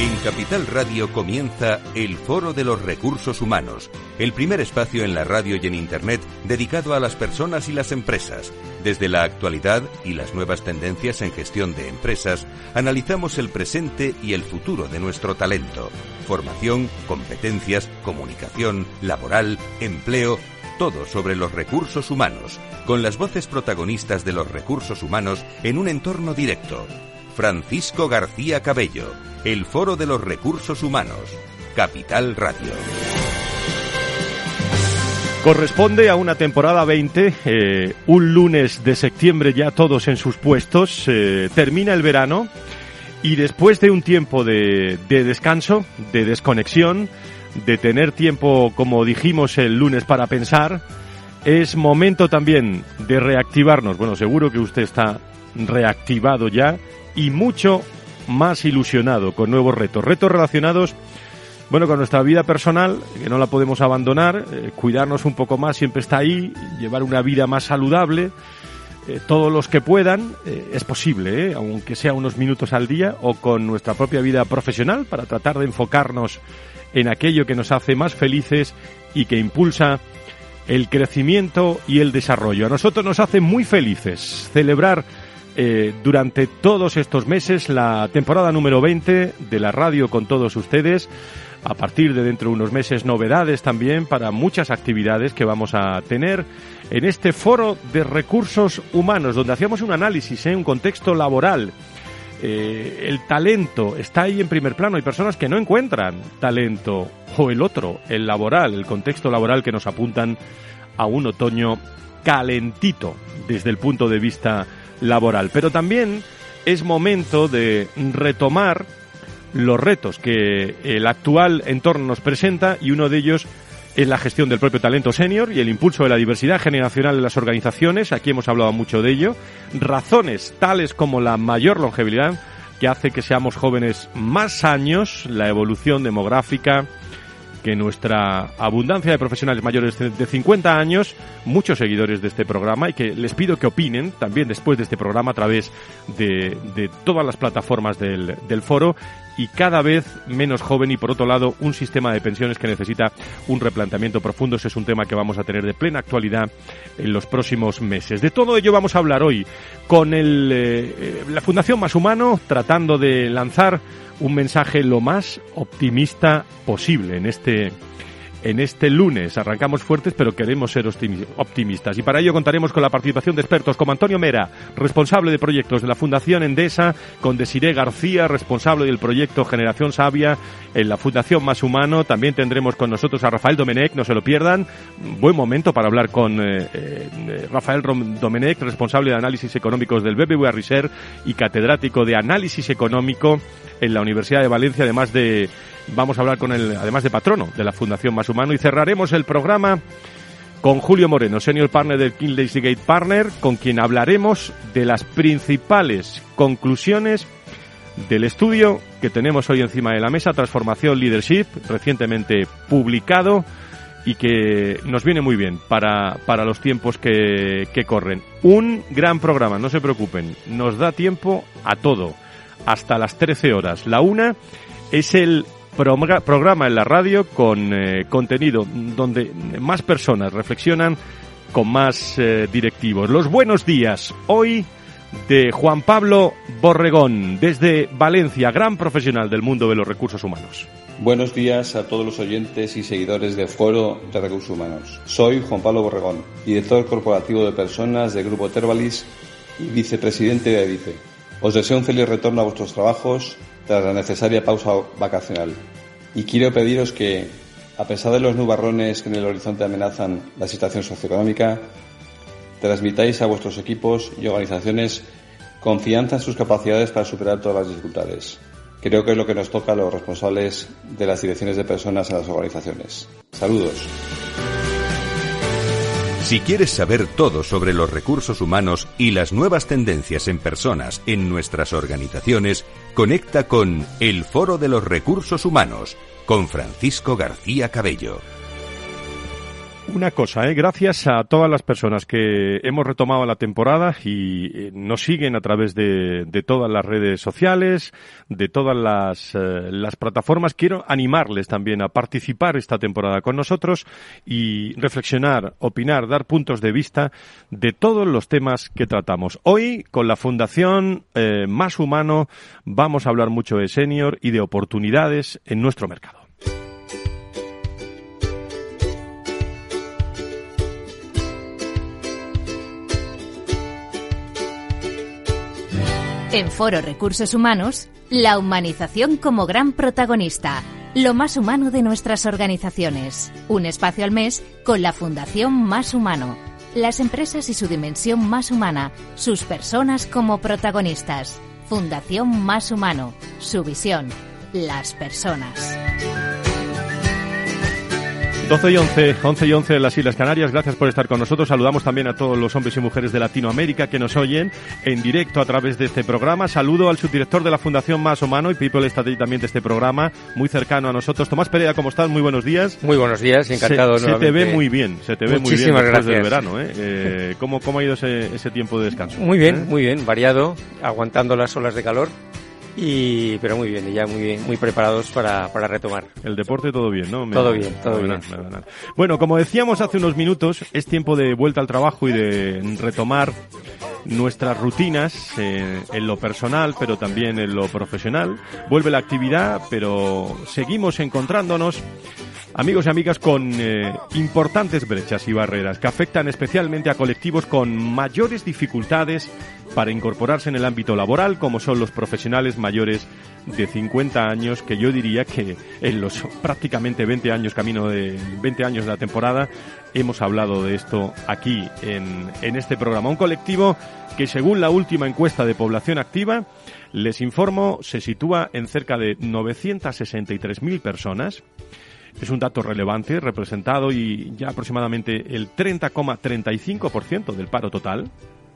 En Capital Radio comienza el Foro de los Recursos Humanos, el primer espacio en la radio y en Internet dedicado a las personas y las empresas. Desde la actualidad y las nuevas tendencias en gestión de empresas, analizamos el presente y el futuro de nuestro talento. Formación, competencias, comunicación, laboral, empleo, todo sobre los recursos humanos, con las voces protagonistas de los recursos humanos en un entorno directo. Francisco García Cabello, el Foro de los Recursos Humanos, Capital Radio. Corresponde a una temporada 20, un lunes de septiembre ya todos en sus puestos, termina el verano y después de un tiempo de descanso, de desconexión, de tener tiempo, como dijimos el lunes, para pensar, es momento también de reactivarnos. Bueno, seguro que usted está reactivado ya y mucho más ilusionado con nuevos retos relacionados, bueno, con nuestra vida personal, que no la podemos abandonar, cuidarnos un poco más, siempre está ahí, llevar una vida más saludable, todos los que puedan, es posible, aunque sea unos minutos al día, o con nuestra propia vida profesional, para tratar de enfocarnos en aquello que nos hace más felices y que impulsa el crecimiento y el desarrollo. A nosotros nos hace muy felices celebrar durante todos estos meses la temporada número 20 de la radio con todos ustedes. A partir de dentro de unos meses, novedades también para muchas actividades que vamos a tener en este foro de recursos humanos, donde hacíamos un análisis, un contexto laboral. El talento está ahí en primer plano. Hay personas que no encuentran talento, o el otro, el laboral, el contexto laboral, que nos apuntan a un otoño calentito desde el punto de vista laboral. Pero también es momento de retomar los retos que el actual entorno nos presenta, y uno de ellos es la gestión del propio talento senior y el impulso de la diversidad generacional en las organizaciones. Aquí hemos hablado mucho de ello. Razones tales como la mayor longevidad, que hace que seamos jóvenes más años, la evolución demográfica, que nuestra abundancia de profesionales mayores de 50 años, muchos seguidores de este programa, y que les pido que opinen también después de este programa a través de todas las plataformas del foro, y cada vez menos joven, y por otro lado un sistema de pensiones que necesita un replanteamiento profundo. Ese es un tema que vamos a tener de plena actualidad en los próximos meses. De todo ello vamos a hablar hoy con la Fundación Más Humano, tratando de lanzar un mensaje lo más optimista posible en este lunes. Arrancamos fuertes, pero queremos ser optimistas, y para ello contaremos con la participación de expertos como Antonio Mera, responsable de proyectos de la Fundación Endesa, con Desiré García, responsable del proyecto Generación Sabia en la Fundación Más Humano. También tendremos con nosotros a Rafael Domenech, no se lo pierdan. Buen momento para hablar con Rafael Domenech, responsable de análisis económicos del BBVA Research y catedrático de análisis económico en la Universidad de Valencia, vamos a hablar con él, además de patrono de la Fundación Más Humano. Y cerraremos el programa con Julio Moreno, senior partner del Kinley Seagate Partner, con quien hablaremos de las principales conclusiones del estudio que tenemos hoy encima de la mesa, Transformación Leadership, recientemente publicado, y que nos viene muy bien para los tiempos que corren. Un gran programa, no se preocupen, nos da tiempo a todo, hasta las 13 horas. La una es el programa en la radio con contenido donde más personas reflexionan con más directivos. Los buenos días hoy de Juan Pablo Borregón, desde Valencia, gran profesional del mundo de los recursos humanos. Buenos días a todos los oyentes y seguidores del Foro de Recursos Humanos. Soy Juan Pablo Borregón, director corporativo de personas del Grupo Tervalis y vicepresidente de AEDICE. Os deseo un feliz retorno a vuestros trabajos tras la necesaria pausa vacacional. Y quiero pediros que, a pesar de los nubarrones que en el horizonte amenazan la situación socioeconómica, transmitáis a vuestros equipos y organizaciones confianza en sus capacidades para superar todas las dificultades. Creo que es lo que nos toca a los responsables de las direcciones de personas en las organizaciones. Saludos. Si quieres saber todo sobre los recursos humanos y las nuevas tendencias en personas en nuestras organizaciones, conecta con el Foro de los Recursos Humanos con Francisco García Cabello. Una cosa, gracias a todas las personas que hemos retomado la temporada y nos siguen a través de todas las redes sociales, de todas las plataformas. Quiero animarles también a participar esta temporada con nosotros y reflexionar, opinar, dar puntos de vista de todos los temas que tratamos. Hoy, con la Fundación Más Humano, vamos a hablar mucho de senior y de oportunidades en nuestro mercado. En Foro Recursos Humanos, la humanización como gran protagonista, lo más humano de nuestras organizaciones. Un espacio al mes con la Fundación Más Humano. Las empresas y su dimensión más humana, sus personas como protagonistas. Fundación Más Humano, su visión, las personas. 12 y 11 en las Islas Canarias. Gracias por estar con nosotros. Saludamos también a todos los hombres y mujeres de Latinoamérica que nos oyen en directo a través de este programa. Saludo al subdirector de la Fundación Más Humano y People Strategy también de este programa, muy cercano a nosotros. Tomás Perea, ¿cómo estás? Muy buenos días. Muy buenos días, encantado nuevamente. Se te ve muy bien, Muchísimas después gracias. del verano. ¿Cómo ha ido ese tiempo de descanso? Muy bien, variado, aguantando las olas de calor. Pero muy bien, y ya muy preparados para retomar. El deporte todo bien, ¿no? Todo bien. Bueno, como decíamos hace unos minutos, es tiempo de vuelta al trabajo y de retomar nuestras rutinas en lo personal, pero también en lo profesional. Vuelve la actividad, pero seguimos encontrándonos, amigos y amigas, con importantes brechas y barreras que afectan especialmente a colectivos con mayores dificultades para incorporarse en el ámbito laboral, como son los profesionales mayores de 50 años, que yo diría que en los prácticamente 20 años, camino de 20 años de la temporada, hemos hablado de esto aquí en este programa. Un colectivo que, según la última encuesta de población activa, les informo, se sitúa en cerca de 963.000 personas. Es un dato relevante, representado y ya aproximadamente el 30,35% del paro total.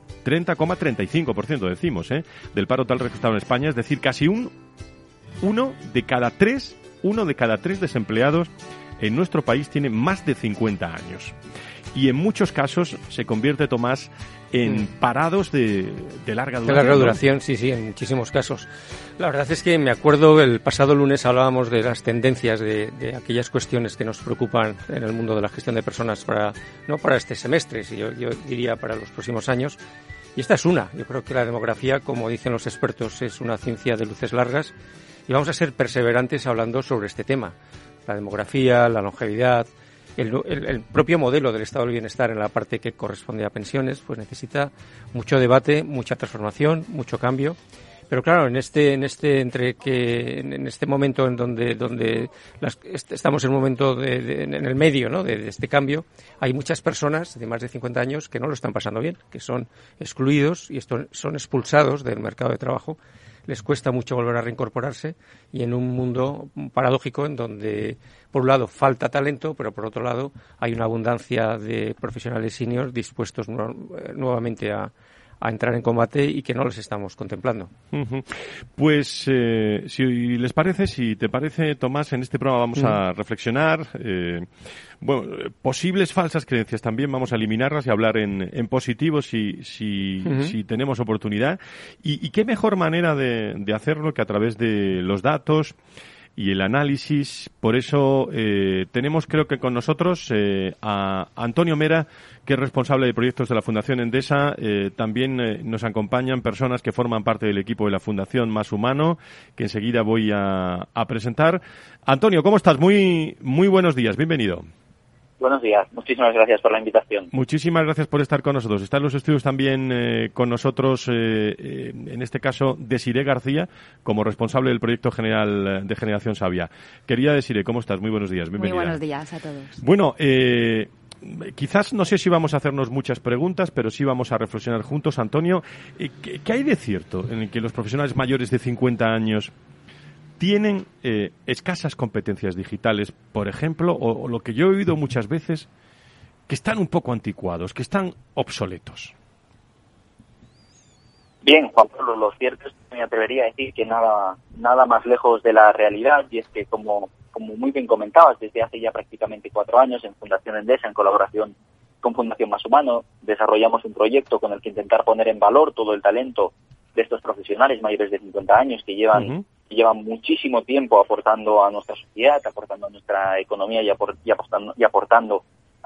30,35% decimos, del paro total registrado en España, es decir, casi uno de cada tres desempleados en nuestro país tiene más de 50 años. Y en muchos casos se convierte, Tomás, en parados de larga duración. De larga duración, ¿no? Sí, en muchísimos casos. La verdad es que me acuerdo, el pasado lunes hablábamos de las tendencias de aquellas cuestiones que nos preocupan en el mundo de la gestión de personas no para este semestre, si yo diría para los próximos años. Y esta es una. Yo creo que la demografía, como dicen los expertos, es una ciencia de luces largas y vamos a ser perseverantes hablando sobre este tema. La demografía, la longevidad, el propio modelo del estado del bienestar en la parte que corresponde a pensiones, pues necesita mucho debate, mucha transformación, mucho cambio. Pero claro, en este momento en donde estamos en un momento en el medio, ¿no?, de este cambio, hay muchas personas de más de 50 años que no lo están pasando bien, que son excluidos y son expulsados del mercado de trabajo. Les cuesta mucho volver a reincorporarse y en un mundo paradójico en donde, por un lado, falta talento, pero por otro lado, hay una abundancia de profesionales seniors dispuestos nuevamente a entrar en combate y que no los estamos contemplando. Uh-huh. Pues si te parece, Tomás, en este programa vamos a reflexionar. Posibles falsas creencias también vamos a eliminarlas y hablar en positivo si tenemos oportunidad. Y qué mejor manera de hacerlo que a través de los datos y el análisis. Por eso tenemos, creo que con nosotros, a Antonio Mera, que es responsable de proyectos de la Fundación Endesa. También nos acompañan personas que forman parte del equipo de la Fundación Más Humano, que enseguida voy a presentar. Antonio, ¿cómo estás? Muy buenos días, bienvenido. Buenos días, muchísimas gracias por la invitación. Muchísimas gracias por estar con nosotros. Están los estudios también con nosotros, en este caso, Desiré García, como responsable del proyecto general de Generación Sabia. Querida Desiré, ¿cómo estás? Muy buenos días, bienvenida. Muy buenos días a todos. Bueno, quizás no sé si vamos a hacernos muchas preguntas, pero sí vamos a reflexionar juntos. Antonio, ¿qué hay de cierto en que los profesionales mayores de 50 años tienen escasas competencias digitales, por ejemplo, o lo que yo he oído muchas veces, que están un poco anticuados, que están obsoletos? Bien, Juan Pablo, lo cierto es que me atrevería a decir que nada más lejos de la realidad, y es que, como como muy bien comentabas, desde hace ya prácticamente 4 años en Fundación Endesa, en colaboración con Fundación Más Humano, desarrollamos un proyecto con el que intentar poner en valor todo el talento de estos profesionales mayores de 50 años que llevan muchísimo tiempo aportando a nuestra sociedad, aportando a nuestra economía y aportando a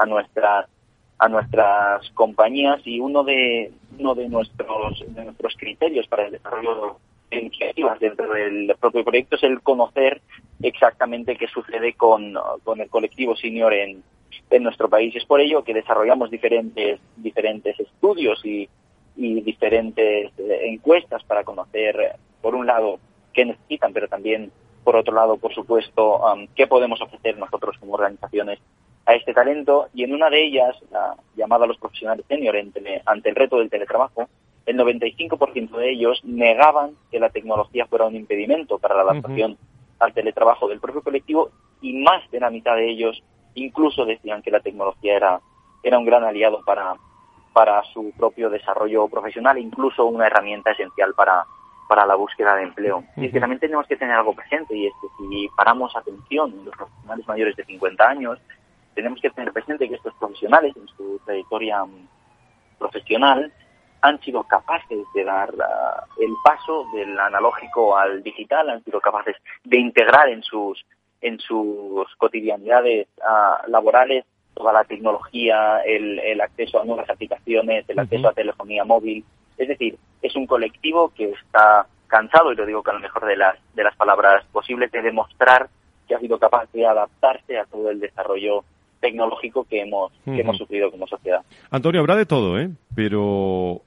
nuestras compañías. Y uno de nuestros criterios para el desarrollo de iniciativas dentro del propio proyecto es el conocer exactamente qué sucede con el colectivo senior en nuestro país. Es por ello que desarrollamos diferentes estudios y diferentes encuestas para conocer, por un lado, qué necesitan, pero también, por otro lado, por supuesto, qué podemos ofrecer nosotros como organizaciones a este talento. Y en una de ellas, llamada a los profesionales senior ante el reto del teletrabajo, el 95% de ellos negaban que la tecnología fuera un impedimento para la adaptación al teletrabajo del propio colectivo, y más de la mitad de ellos incluso decían que la tecnología era un gran aliado para su propio desarrollo profesional, incluso una herramienta esencial para la búsqueda de empleo. Y es que también tenemos que tener algo presente, y es que si paramos atención en los profesionales mayores de 50 años, tenemos que tener presente que estos profesionales en su trayectoria profesional han sido capaces de dar el paso del analógico al digital, han sido capaces de integrar en sus cotidianidades laborales toda la tecnología, el acceso a nuevas aplicaciones, el acceso a telefonía móvil. Es decir, es un colectivo que está cansado, y lo digo con la mejor de las palabras posibles, de demostrar que ha sido capaz de adaptarse a todo el desarrollo tecnológico que hemos sufrido como sociedad. Antonio, habrá de todo, pero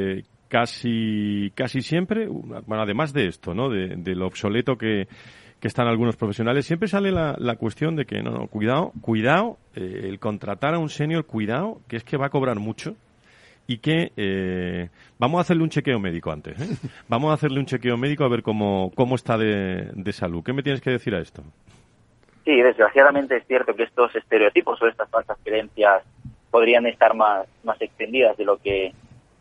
casi siempre, bueno, además de esto, ¿no? De lo obsoleto que están algunos profesionales, siempre sale la cuestión de que cuidado, el contratar a un senior, cuidado, que es que va a cobrar mucho y que vamos a hacerle un chequeo médico antes, Vamos a hacerle un chequeo médico a ver cómo está de salud. ¿Qué me tienes que decir a esto? Sí, desgraciadamente es cierto que estos estereotipos o estas falsas creencias podrían estar más extendidas de lo que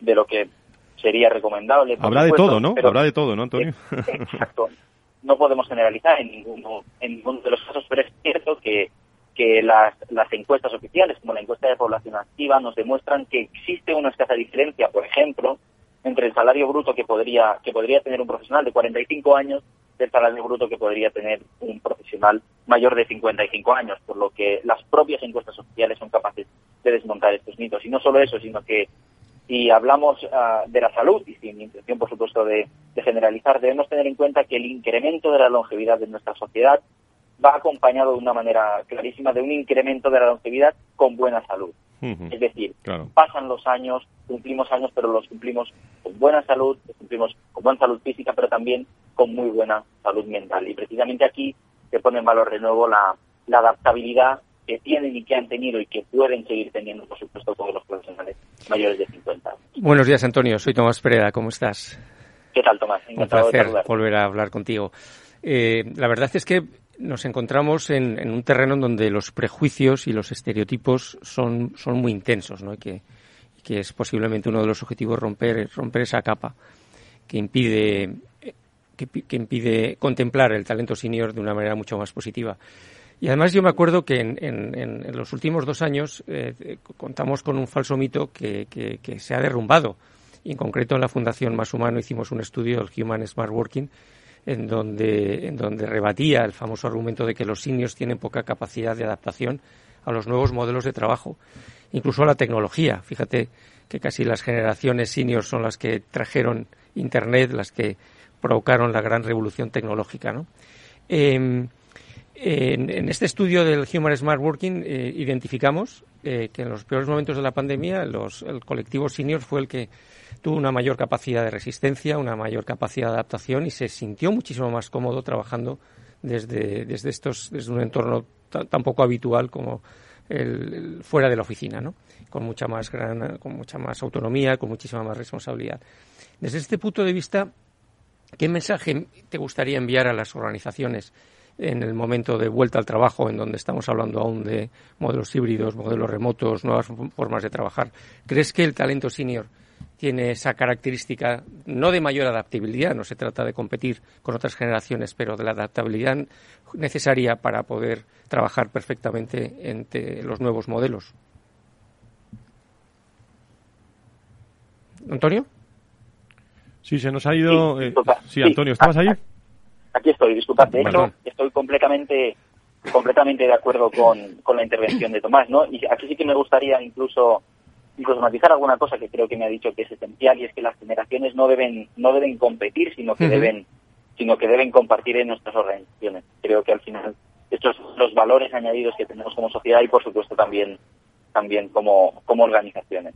sería recomendable. Habrá de todo, ¿no? Habrá de todo, ¿no, Antonio? Exacto. No podemos generalizar en ninguno de los casos, pero es cierto que las encuestas oficiales, como la encuesta de población activa, nos demuestran que existe una escasa diferencia, por ejemplo, entre el salario bruto que podría tener un profesional de 45 años del salario bruto que podría tener un profesional mayor de 55 años, por lo que las propias encuestas oficiales son capaces de desmontar estos mitos. Y no solo eso, sino que si hablamos de la salud, y sin intención, por supuesto, de generalizar, debemos tener en cuenta que el incremento de la longevidad de nuestra sociedad va acompañado de una manera clarísima de un incremento de la longevidad con buena salud. Es decir, pasan los años, cumplimos años, pero los cumplimos con buena salud, los cumplimos con buena salud física, pero también con muy buena salud mental. Y precisamente aquí se pone en valor de nuevo la adaptabilidad que tienen y que han tenido y que pueden seguir teniendo, por supuesto, todos los profesionales mayores de 50 años. Buenos días, Antonio. Soy Tomás Pereda. ¿Cómo estás? ¿Qué tal, Tomás? Encantado un placer de saludar. Volver a hablar contigo. La verdad es que nos encontramos en un terreno en donde los prejuicios y los estereotipos son muy intensos, ¿no? Y que es posiblemente uno de los objetivos romper esa capa que impide contemplar el talento senior de una manera mucho más positiva. Y además yo me acuerdo que en los últimos 2 años contamos con un falso mito que se ha derrumbado. Y en concreto en la Fundación Más Humano hicimos un estudio, el Human Smart Working, en donde rebatía el famoso argumento de que los seniors tienen poca capacidad de adaptación a los nuevos modelos de trabajo, incluso a la tecnología. Fíjate que casi las generaciones seniors son las que trajeron Internet, las que provocaron la gran revolución tecnológica, ¿no? En este estudio del Human Smart Working identificamos que en los peores momentos de la pandemia el colectivo senior fue el que tuvo una mayor capacidad de resistencia, una mayor capacidad de adaptación y se sintió muchísimo más cómodo trabajando desde un entorno tan poco habitual como el fuera de la oficina, ¿no? Con mucha más autonomía, con muchísima más responsabilidad. Desde este punto de vista, ¿qué mensaje te gustaría enviar a las organizaciones en el momento de vuelta al trabajo, en donde estamos hablando aún de modelos híbridos, modelos remotos, nuevas formas de trabajar? ¿Crees que el talento senior tiene esa característica no de mayor adaptabilidad, no se trata de competir con otras generaciones, pero de la adaptabilidad necesaria para poder trabajar perfectamente entre los nuevos modelos. ¿Antonio? Sí, se nos ha ido. Sí, Antonio, ¿estabas ahí? Aquí estoy, disculpad. De hecho, estoy completamente de acuerdo con la intervención de Tomás, ¿no? Y aquí sí que me gustaría incluso matizar alguna cosa que creo que me ha dicho que es esencial, y es que las generaciones no deben competir, sino que deben compartir en nuestras organizaciones. Creo que al final estos son los valores añadidos que tenemos como sociedad y por supuesto también como organizaciones.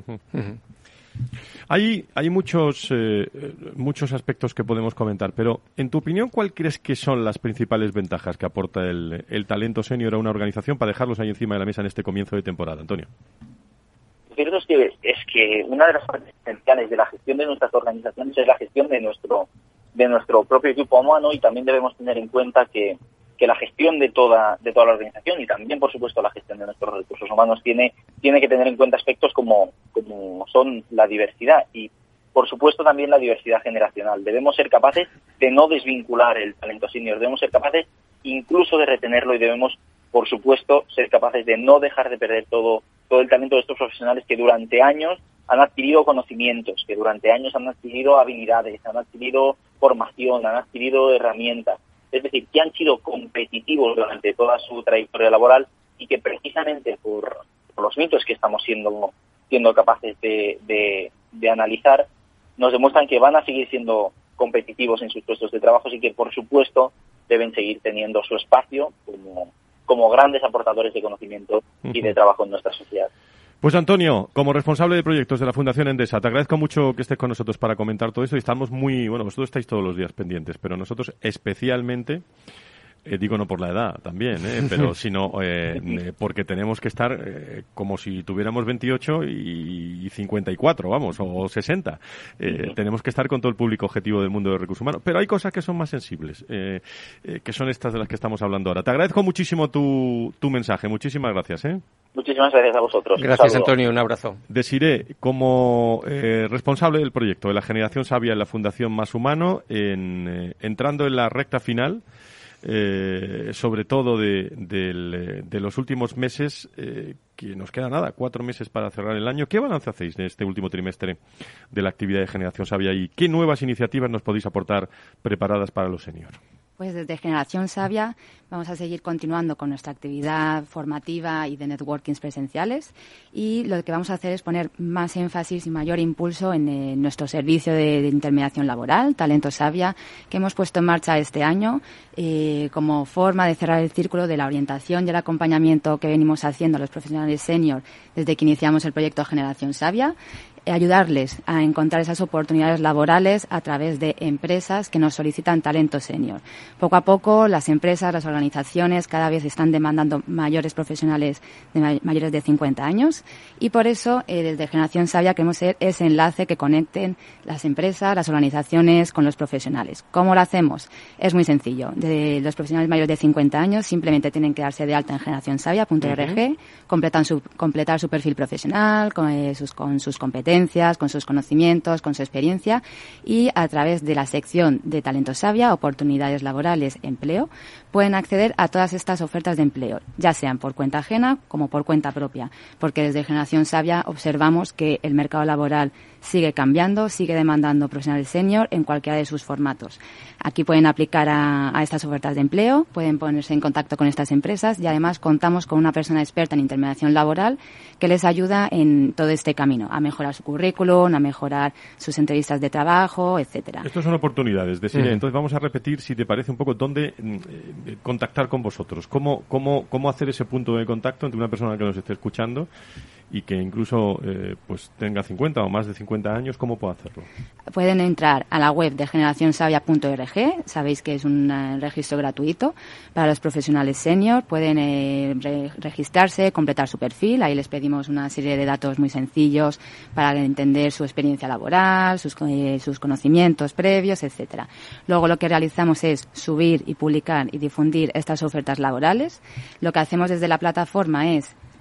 Hay muchos aspectos que podemos comentar, pero en tu opinión, ¿cuál crees que son las principales ventajas que aporta el talento senior a una organización para dejarlos ahí encima de la mesa en este comienzo de temporada, Antonio? Lo cierto es que una de las partes esenciales de la gestión de nuestras organizaciones es la gestión de nuestro propio equipo humano, y también debemos tener en cuenta que la gestión de toda la organización, y también por supuesto la gestión de nuestros recursos humanos, tiene que tener en cuenta aspectos como son la diversidad y por supuesto también la diversidad generacional. Debemos ser capaces de no desvincular el talento senior, debemos ser capaces incluso de retenerlo, y debemos por supuesto ser capaces de no dejar de perder todo el talento de estos profesionales que durante años han adquirido conocimientos, que durante años han adquirido habilidades, han adquirido formación, han adquirido herramientas. Es decir, que han sido competitivos durante toda su trayectoria laboral, y que precisamente por los mitos que estamos siendo capaces de analizar, nos demuestran que van a seguir siendo competitivos en sus puestos de trabajo, y que por supuesto deben seguir teniendo su espacio como grandes aportadores de conocimiento y de trabajo en nuestra sociedad. Pues Antonio, como responsable de proyectos de la Fundación Endesa, te agradezco mucho que estés con nosotros para comentar todo esto, y estamos vosotros estáis todos los días pendientes, pero nosotros especialmente, digo no por la edad también, pero sino porque tenemos que estar como si tuviéramos 28 y 54, vamos, o 60. Tenemos que estar con todo el público objetivo del mundo de recursos humanos, pero hay cosas que son más sensibles, que son estas de las que estamos hablando ahora. Te agradezco muchísimo tu mensaje, muchísimas gracias. Muchísimas gracias a vosotros. Gracias, Antonio, un abrazo. Desiré, como responsable del proyecto de la Generación Sabia en la Fundación Más Humano, entrando en la recta final, sobre todo de los últimos meses, que nos queda 4 meses para cerrar el año. ¿Qué balance hacéis en este último trimestre de la actividad de Generación Sabia, y qué nuevas iniciativas nos podéis aportar preparadas para los seniors? Pues desde Generación Sabia vamos a seguir continuando con nuestra actividad formativa y de networkings presenciales, y lo que vamos a hacer es poner más énfasis y mayor impulso en nuestro servicio de intermediación laboral, Talento Sabia, que hemos puesto en marcha este año como forma de cerrar el círculo de la orientación y el acompañamiento que venimos haciendo a los profesionales senior desde que iniciamos el proyecto Generación Sabia. Ayudarles a encontrar esas oportunidades laborales a través de empresas que nos solicitan talento senior. Poco a poco las empresas, las organizaciones cada vez están demandando mayores profesionales mayores de 50 años, y por eso desde Generación Sabia queremos ser ese enlace que conecten las empresas, las organizaciones con los profesionales. ¿Cómo lo hacemos? Es muy sencillo. Los profesionales mayores de 50 años simplemente tienen que darse de alta en generacionsabia.org, completar su perfil profesional con sus competencias, con sus conocimientos, con su experiencia, y a través de la sección de Talento Sabia, oportunidades laborales, empleo, pueden acceder a todas estas ofertas de empleo, ya sean por cuenta ajena como por cuenta propia, porque desde Generación Sabia observamos que el mercado laboral sigue cambiando, sigue demandando profesionales senior en cualquiera de sus formatos. Aquí pueden aplicar a estas ofertas de empleo, pueden ponerse en contacto con estas empresas, y además contamos con una persona experta en intermediación laboral que les ayuda en todo este camino, a mejorar su currículum, a mejorar sus entrevistas de trabajo, etcétera. Estas son oportunidades, entonces vamos a repetir, si te parece, un poco dónde contactar con vosotros, cómo hacer ese punto de contacto entre una persona que nos esté escuchando y que incluso pues tenga 50 o más de 50 años. ¿Cómo puede hacerlo? Pueden entrar a la web de generacionsabia.org. Sabéis que es un registro gratuito para los profesionales senior. Pueden registrarse, completar su perfil. Ahí les pedimos una serie de datos muy sencillos para entender su experiencia laboral, sus conocimientos previos, etcétera. Luego lo que realizamos es subir y publicar y difundir estas ofertas laborales. Lo que hacemos desde la plataforma es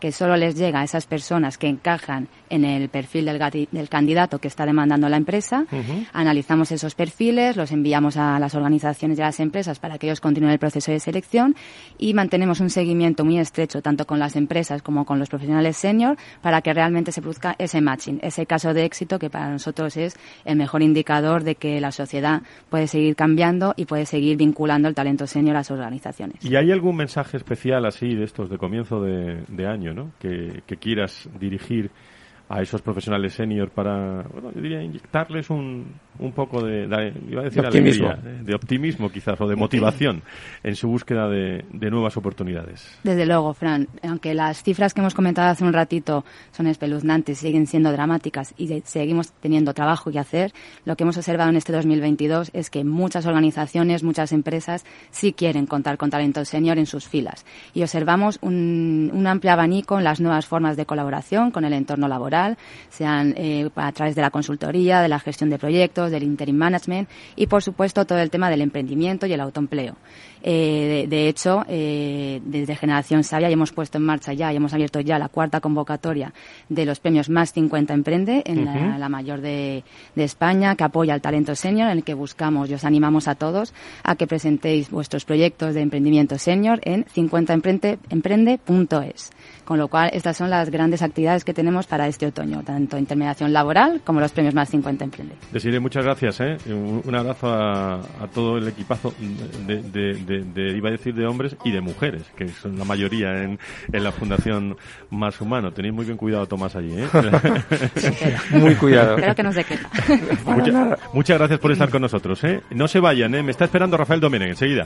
que solo les llega a esas personas que encajan en el perfil del candidato que está demandando la empresa. Analizamos esos perfiles, los enviamos a las organizaciones y a las empresas para que ellos continúen el proceso de selección y mantenemos un seguimiento muy estrecho tanto con las empresas como con los profesionales senior para que realmente se produzca ese matching, ese caso de éxito que para nosotros es el mejor indicador de que la sociedad puede seguir cambiando y puede seguir vinculando el talento senior a las organizaciones. ¿Y hay algún mensaje especial así de estos de comienzo de año, ¿no? que quieras dirigir a esos profesionales senior para, bueno, yo diría inyectarles un poco de iba a decir optimismo. Alegría, de optimismo quizás, o de motivación en su búsqueda de nuevas oportunidades? Desde luego, Fran, aunque las cifras que hemos comentado hace un ratito son espeluznantes, siguen siendo dramáticas y seguimos teniendo trabajo que hacer, lo que hemos observado en este 2022 es que muchas organizaciones, muchas empresas sí quieren contar con talento senior en sus filas y observamos un amplio abanico en las nuevas formas de colaboración con el entorno laboral, sean a través de la consultoría, de la gestión de proyectos, del interim management y, por supuesto, todo el tema del emprendimiento y el autoempleo. De hecho, desde Generación Sabia ya hemos puesto en marcha y hemos abierto ya la 4ª convocatoria de los premios Más 50 Emprende en la mayor de España, que apoya al talento senior, en el que buscamos y os animamos a todos a que presentéis vuestros proyectos de emprendimiento senior en 50emprende.es. Con lo cual, estas son las grandes actividades que tenemos para este otoño, tanto intermediación laboral como los premios Más 50 Emprende. Desiree, muchas gracias. Un abrazo a todo el equipazo iba a decir de hombres y de mujeres, que son la mayoría en la Fundación Más Humano. Tenéis muy bien cuidado, Tomás, allí, ¿eh? Muy cuidado. Espero que no se quepa. Muchas gracias por estar con nosotros, ¿eh? No se vayan, ¿eh? Me está esperando Rafael Domènech enseguida.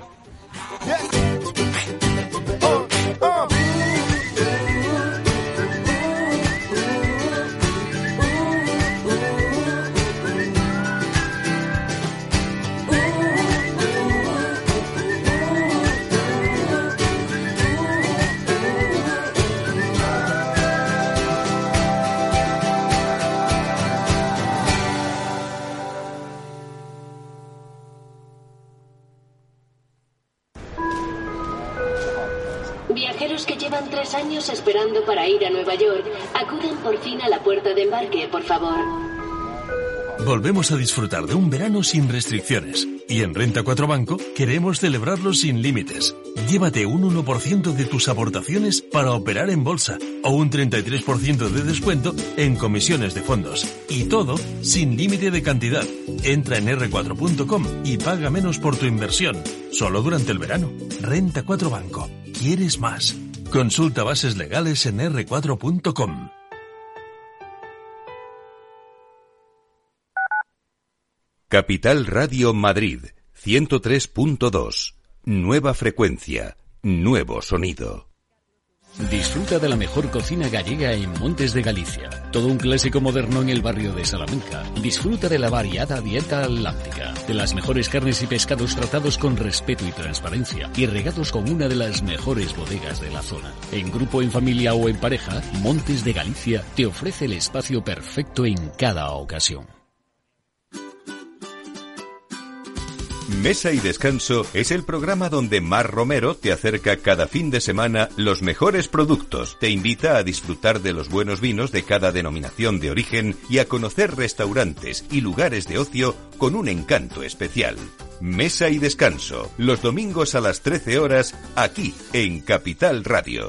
Viajeros que llevan 3 años esperando para ir a Nueva York, acudan por fin a la puerta de embarque, por favor. Volvemos a disfrutar de un verano sin restricciones. Y en Renta 4 Banco queremos celebrarlo sin límites. Llévate un 1% de tus aportaciones para operar en bolsa o un 33% de descuento en comisiones de fondos. Y todo sin límite de cantidad. Entra en r4.com y paga menos por tu inversión. Solo durante el verano. Renta 4 Banco. ¿Quieres más? Consulta bases legales en r4.com. Capital Radio Madrid, 103.2. Nueva frecuencia, nuevo sonido. Disfruta de la mejor cocina gallega en Montes de Galicia. Todo un clásico moderno en el barrio de Salamanca. Disfruta de la variada dieta atlántica, de las mejores carnes y pescados tratados con respeto y transparencia y regados con una de las mejores bodegas de la zona. En grupo, en familia o en pareja, Montes de Galicia te ofrece el espacio perfecto en cada ocasión. Mesa y Descanso es el programa donde Mar Romero te acerca cada fin de semana los mejores productos, te invita a disfrutar de los buenos vinos de cada denominación de origen y a conocer restaurantes y lugares de ocio con un encanto especial. Mesa y Descanso, los domingos a las 13 horas, aquí en Capital Radio.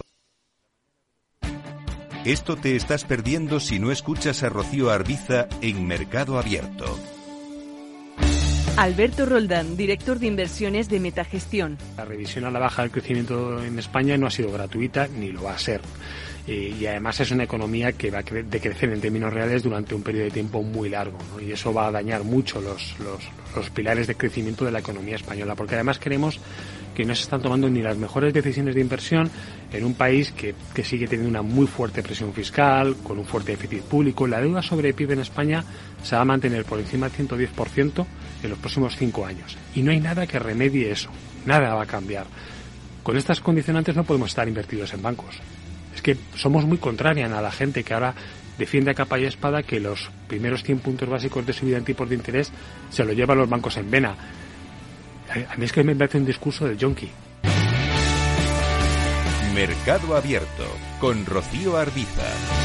Esto te estás perdiendo si no escuchas a Rocío Arbiza en Mercado Abierto. Alberto Roldán, director de inversiones de Metagestión. La revisión a la baja del crecimiento en España no ha sido gratuita ni lo va a ser. Y además es una economía que va a decrecer en términos reales durante un periodo de tiempo muy largo, ¿no? Y eso va a dañar mucho los pilares de crecimiento de la economía española, porque además creemos que no se están tomando ni las mejores decisiones de inversión en un país que sigue teniendo una muy fuerte presión fiscal, con un fuerte déficit público. La deuda sobre PIB en España se va a mantener por encima del 110% en los próximos 5 años. Y no hay nada que remedie eso. Nada va a cambiar. Con estas condicionantes no podemos estar invertidos en bancos. Es que somos muy contrarian a la gente que ahora defiende a capa y espada que los primeros 100 puntos básicos de subida en tipos de interés se lo llevan los bancos en vena. A mí es que me parece un discurso del yonki. Mercado Abierto con Rocío Arbiza.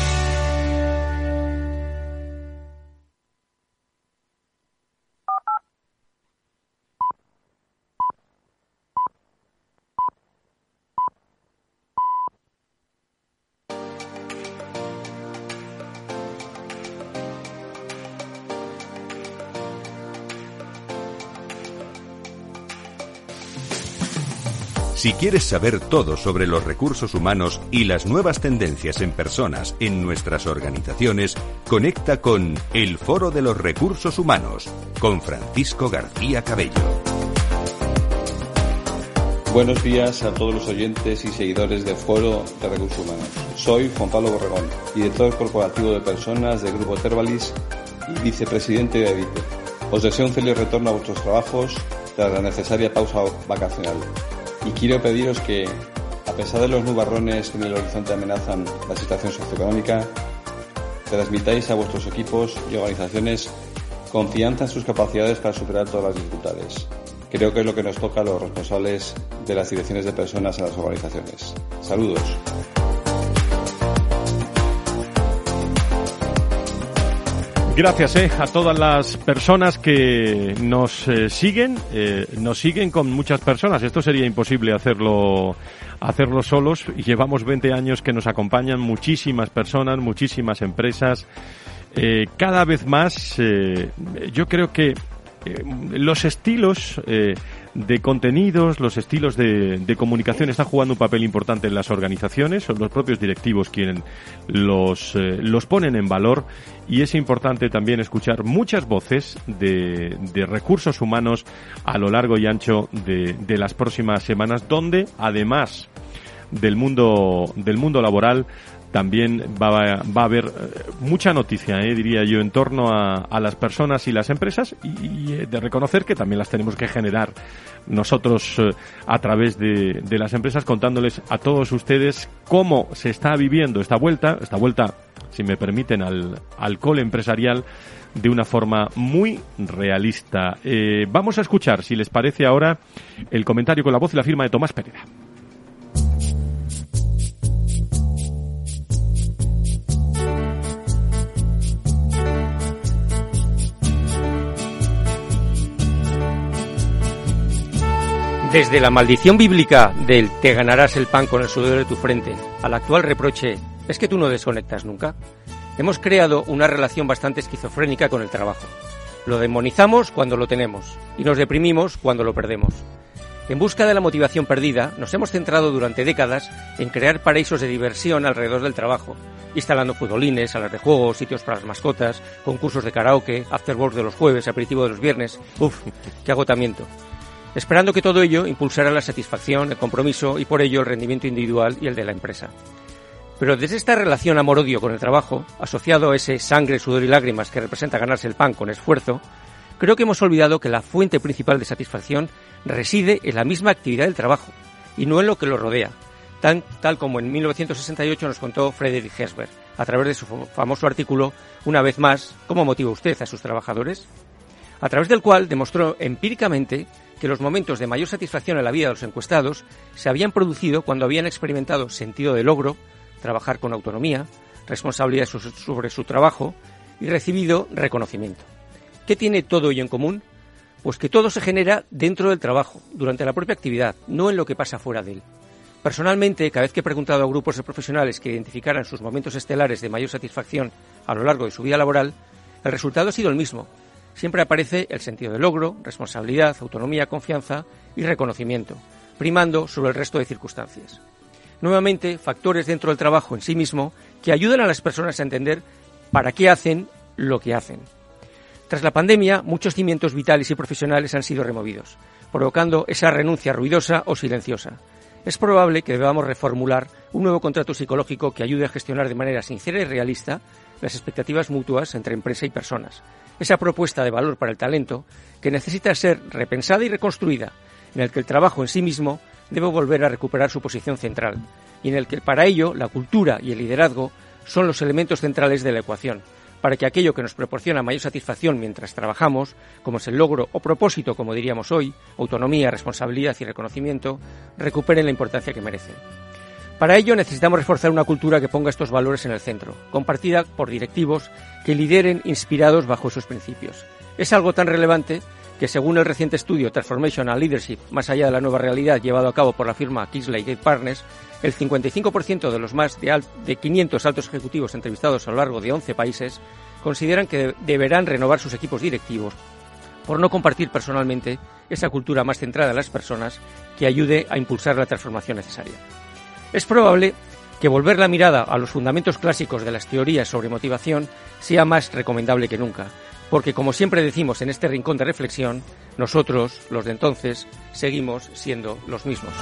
Si quieres saber todo sobre los recursos humanos y las nuevas tendencias en personas en nuestras organizaciones, conecta con El Foro de los Recursos Humanos, con Francisco García Cabello. Buenos días a todos los oyentes y seguidores del Foro de Recursos Humanos. Soy Juan Pablo Borregón, director corporativo de personas del Grupo Tervalis y vicepresidente de EDITE. Os deseo un feliz retorno a vuestros trabajos tras la necesaria pausa vacacional. Y quiero pediros que, a pesar de los nubarrones que en el horizonte amenazan la situación socioeconómica, transmitáis a vuestros equipos y organizaciones confianza en sus capacidades para superar todas las dificultades. Creo que es lo que nos toca a los responsables de las direcciones de personas en las organizaciones. Saludos. Gracias a todas las personas que nos siguen con muchas personas. Esto sería imposible hacerlo solos. Llevamos 20 años que nos acompañan muchísimas personas, muchísimas empresas. Cada vez más, yo creo que los estilos de contenidos, los estilos de comunicación están jugando un papel importante en las organizaciones. Son los propios directivos quienes los ponen en valor, y es importante también escuchar muchas voces de recursos humanos a lo largo y ancho de las próximas semanas, donde además del mundo laboral también va a haber mucha noticia, diría yo, en torno a las personas y las empresas, y de reconocer que también las tenemos que generar nosotros a través de las empresas, contándoles a todos ustedes cómo se está viviendo esta vuelta, si me permiten, al cole empresarial de una forma muy realista. Vamos a escuchar, si les parece ahora, el comentario con la voz y la firma de Tomás Pereda. Desde la maldición bíblica del te ganarás el pan con el sudor de tu frente al actual reproche es que tú no desconectas nunca, hemos creado una relación bastante esquizofrénica con el trabajo. Lo demonizamos cuando lo tenemos y nos deprimimos cuando lo perdemos. En busca de la motivación perdida, nos hemos centrado durante décadas en crear paraísos de diversión alrededor del trabajo, instalando futbolines, salas de juegos, sitios para las mascotas, concursos de karaoke, afterwork de los jueves, aperitivo de los viernes. ¡Uf! ¡Qué agotamiento! Esperando que todo ello impulsara la satisfacción, el compromiso y por ello el rendimiento individual y el de la empresa. Pero desde esta relación amor-odio con el trabajo, asociado a ese sangre, sudor y lágrimas que representa ganarse el pan con esfuerzo, creo que hemos olvidado que la fuente principal de satisfacción reside en la misma actividad del trabajo y no en lo que lo rodea, tal como en 1968 nos contó Friedrich Herzberg a través de su famoso artículo Una vez más, ¿cómo motiva usted a sus trabajadores?, a través del cual demostró empíricamente que los momentos de mayor satisfacción en la vida de los encuestados se habían producido cuando habían experimentado sentido de logro, trabajar con autonomía, responsabilidad sobre su trabajo y recibido reconocimiento. ¿Qué tiene todo ello en común? Pues que todo se genera dentro del trabajo, durante la propia actividad, no en lo que pasa fuera de él. Personalmente, cada vez que he preguntado a grupos de profesionales que identificaran sus momentos estelares de mayor satisfacción a lo largo de su vida laboral, el resultado ha sido el mismo. Siempre aparece el sentido de logro, responsabilidad, autonomía, confianza y reconocimiento, primando sobre el resto de circunstancias. Nuevamente, factores dentro del trabajo en sí mismo que ayudan a las personas a entender para qué hacen lo que hacen. Tras la pandemia, muchos cimientos vitales y profesionales han sido removidos, provocando esa renuncia ruidosa o silenciosa. Es probable que debamos reformular un nuevo contrato psicológico que ayude a gestionar de manera sincera y realista las expectativas mutuas entre empresa y personas. Esa propuesta de valor para el talento que necesita ser repensada y reconstruida, en el que el trabajo en sí mismo debe volver a recuperar su posición central y en el que para ello la cultura y el liderazgo son los elementos centrales de la ecuación, para que aquello que nos proporciona mayor satisfacción mientras trabajamos, como es el logro o propósito, como diríamos hoy, autonomía, responsabilidad y reconocimiento, recuperen la importancia que merecen. Para ello necesitamos reforzar una cultura que ponga estos valores en el centro, compartida por directivos que lideren inspirados bajo esos principios. Es algo tan relevante que, según el reciente estudio Transformational Leadership, más allá de la nueva realidad llevado a cabo por la firma Kingsley Gate Partners, el 55% de los más de 500 altos ejecutivos entrevistados a lo largo de 11 países consideran que deberán renovar sus equipos directivos por no compartir personalmente esa cultura más centrada en las personas que ayude a impulsar la transformación necesaria. Es probable que volver la mirada a los fundamentos clásicos de las teorías sobre motivación sea más recomendable que nunca, porque, como siempre decimos en este rincón de reflexión, nosotros, los de entonces, seguimos siendo los mismos.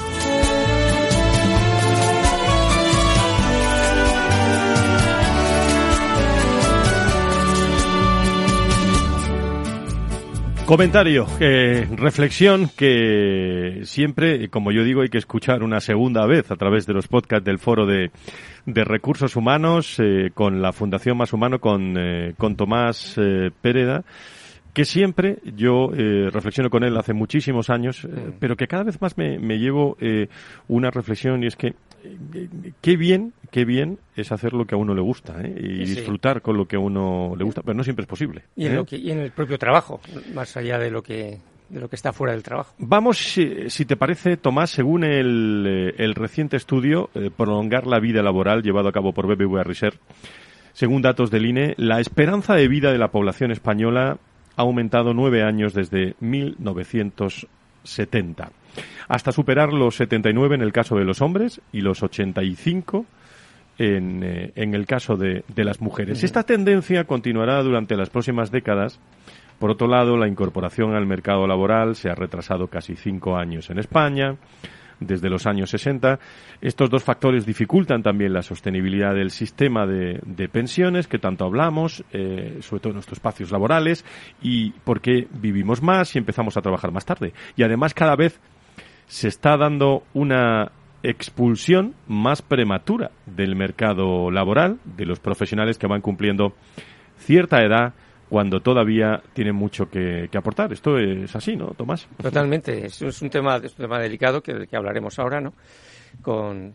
Comentario, reflexión que siempre, como yo digo, hay que escuchar una segunda vez a través de los podcasts del Foro de Recursos Humanos con la Fundación Más Humano, con Tomás Pereda, que siempre yo reflexiono con él hace muchísimos años, pero que cada vez más me llevo una reflexión, y es que qué bien es hacer lo que a uno le gusta, y disfrutar con lo que a uno le gusta, pero no siempre es posible. Y en el propio trabajo, más allá de lo que está fuera del trabajo. Vamos, si te parece, Tomás, según el reciente estudio Prolongar la vida laboral llevado a cabo por BBVA Research, según datos del INE, la esperanza de vida de la población española ha aumentado 9 años desde 1970, hasta superar los 79 en el caso de los hombres y los 85 en el caso de las mujeres. Esta tendencia continuará durante las próximas décadas. Por otro lado, la incorporación al mercado laboral se ha retrasado casi 5 años en España, desde los años 60. Estos dos factores dificultan también la sostenibilidad del sistema de pensiones que tanto hablamos, sobre todo en nuestros espacios laborales, y porque vivimos más y empezamos a trabajar más tarde. Y además cada vez se está dando una expulsión más prematura del mercado laboral, de los profesionales que van cumpliendo cierta edad cuando todavía tienen mucho que aportar. Esto es así, ¿no, Tomás? Totalmente. Es un tema delicado del que hablaremos ahora, ¿no? Con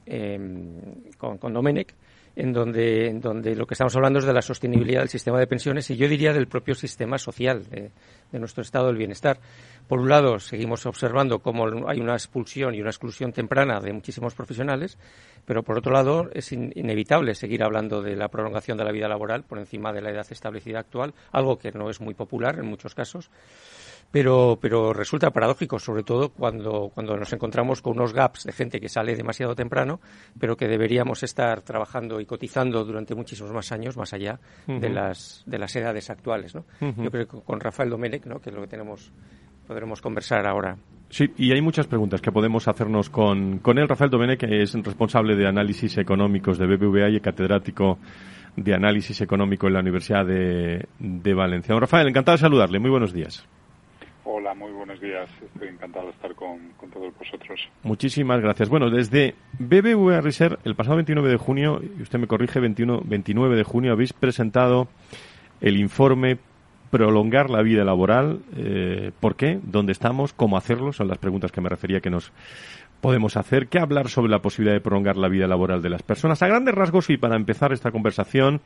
Domenech, en donde lo que estamos hablando es de la sostenibilidad del sistema de pensiones y yo diría del propio sistema social de nuestro estado del bienestar. Por un lado, seguimos observando cómo hay una expulsión y una exclusión temprana de muchísimos profesionales, pero por otro lado es inevitable seguir hablando de la prolongación de la vida laboral por encima de la edad establecida actual, algo que no es muy popular en muchos casos. Pero resulta paradójico, sobre todo cuando nos encontramos con unos gaps de gente que sale demasiado temprano, pero que deberíamos estar trabajando y cotizando durante muchísimos más años, más allá de las edades actuales, ¿no? Yo creo que con Rafael Domenech, ¿no?, que es lo que podremos conversar ahora. Sí, y hay muchas preguntas que podemos hacernos con él. Rafael Domenech, que es responsable de análisis económicos de BBVA y catedrático de análisis económico en la Universidad de Valencia. Don Rafael, encantado de saludarle. Muy buenos días. Hola, muy buenos días. Estoy encantado de estar con todos vosotros. Muchísimas gracias. Bueno, desde BBVA Research, el pasado 29 de junio, y usted me corrige, 29 de junio, habéis presentado el informe Prolongar la vida laboral. ¿Por qué? ¿Dónde estamos? ¿Cómo hacerlo? Son las preguntas que me refería que nos podemos hacer. ¿Qué hablar sobre la posibilidad de prolongar la vida laboral de las personas? A grandes rasgos, y para empezar esta conversación,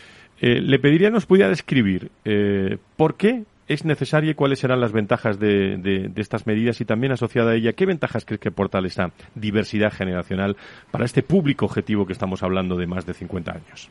le pediría nos pudiera describir por qué es necesaria y cuáles serán las ventajas de estas medidas, y también asociada a ella, ¿qué ventajas crees que aporta esa diversidad generacional para este público objetivo que estamos hablando de más de 50 años?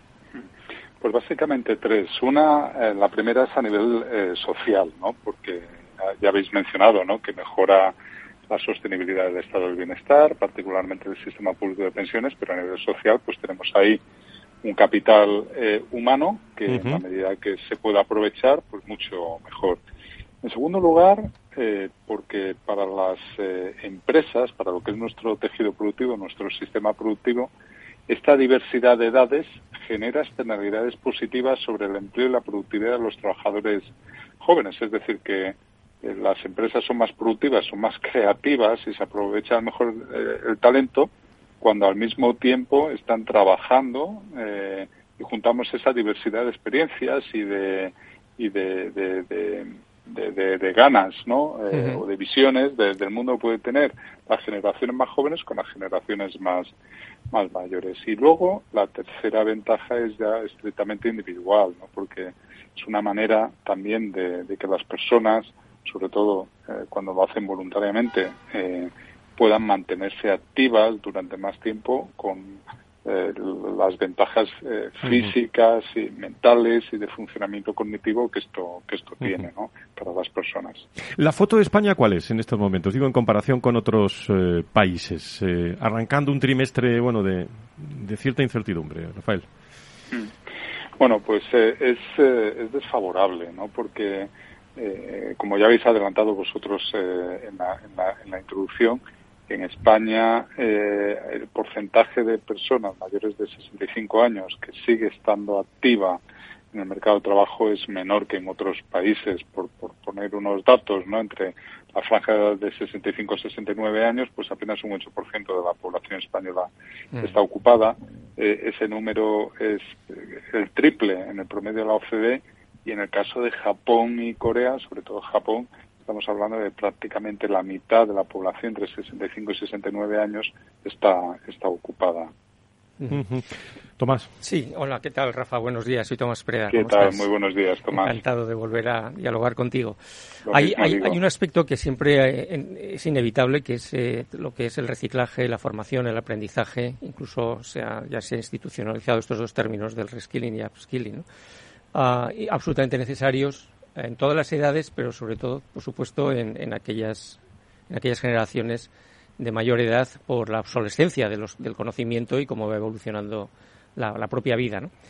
Pues básicamente 3. La primera es a nivel social, ¿no? Porque ya habéis mencionado, ¿no?, que mejora la sostenibilidad del estado del bienestar, particularmente del sistema público de pensiones, pero a nivel social pues tenemos ahí un capital humano que en la medida que se pueda aprovechar, pues mucho mejor. En segundo lugar, porque para las empresas, para lo que es nuestro tejido productivo, nuestro sistema productivo, esta diversidad de edades genera externalidades positivas sobre el empleo y la productividad de los trabajadores jóvenes. Es decir, que las empresas son más productivas, son más creativas y se aprovecha mejor el talento cuando al mismo tiempo están trabajando y juntamos esa diversidad de experiencias y de ganas, ¿no? O de visiones del mundo que puede tener las generaciones más jóvenes con las generaciones más mayores. Y luego la tercera ventaja es ya estrictamente individual, ¿no? Porque es una manera también de que las personas, sobre todo cuando lo hacen voluntariamente, puedan mantenerse activas durante más tiempo con las ventajas físicas y mentales y de funcionamiento cognitivo que esto tiene, ¿no? Para las personas. ¿La foto de España cuál es en estos momentos? Digo, en comparación con otros países, arrancando un trimestre, bueno, de cierta incertidumbre, Rafael. Bueno, pues es desfavorable, ¿no? Porque como ya habéis adelantado vosotros en la introducción, en España el porcentaje de personas mayores de 65 años que sigue estando activa en el mercado de trabajo es menor que en otros países. Por poner unos datos, ¿no? Entre la franja de edad de 65 a 69 años, pues apenas un 8% de la población española está ocupada. Ese número es el triple en el promedio de la OCDE, y en el caso de Japón y Corea, sobre todo Japón, estamos hablando de prácticamente la mitad de la población entre 65 y 69 años está ocupada. Tomás. Sí, hola, ¿qué tal, Rafa? Buenos días, soy Tomás Preda. ¿Qué tal? Muy buenos días, Tomás. Encantado de volver a dialogar contigo. Hay un aspecto que siempre es inevitable, que es lo que es el reciclaje, la formación, el aprendizaje, incluso ya se ha institucionalizado estos dos términos del reskilling y upskilling, ¿no? Absolutamente necesarios en todas las edades, pero sobre todo, por supuesto, en aquellas generaciones de mayor edad por la obsolescencia del conocimiento y cómo va evolucionando la propia vida, ¿no?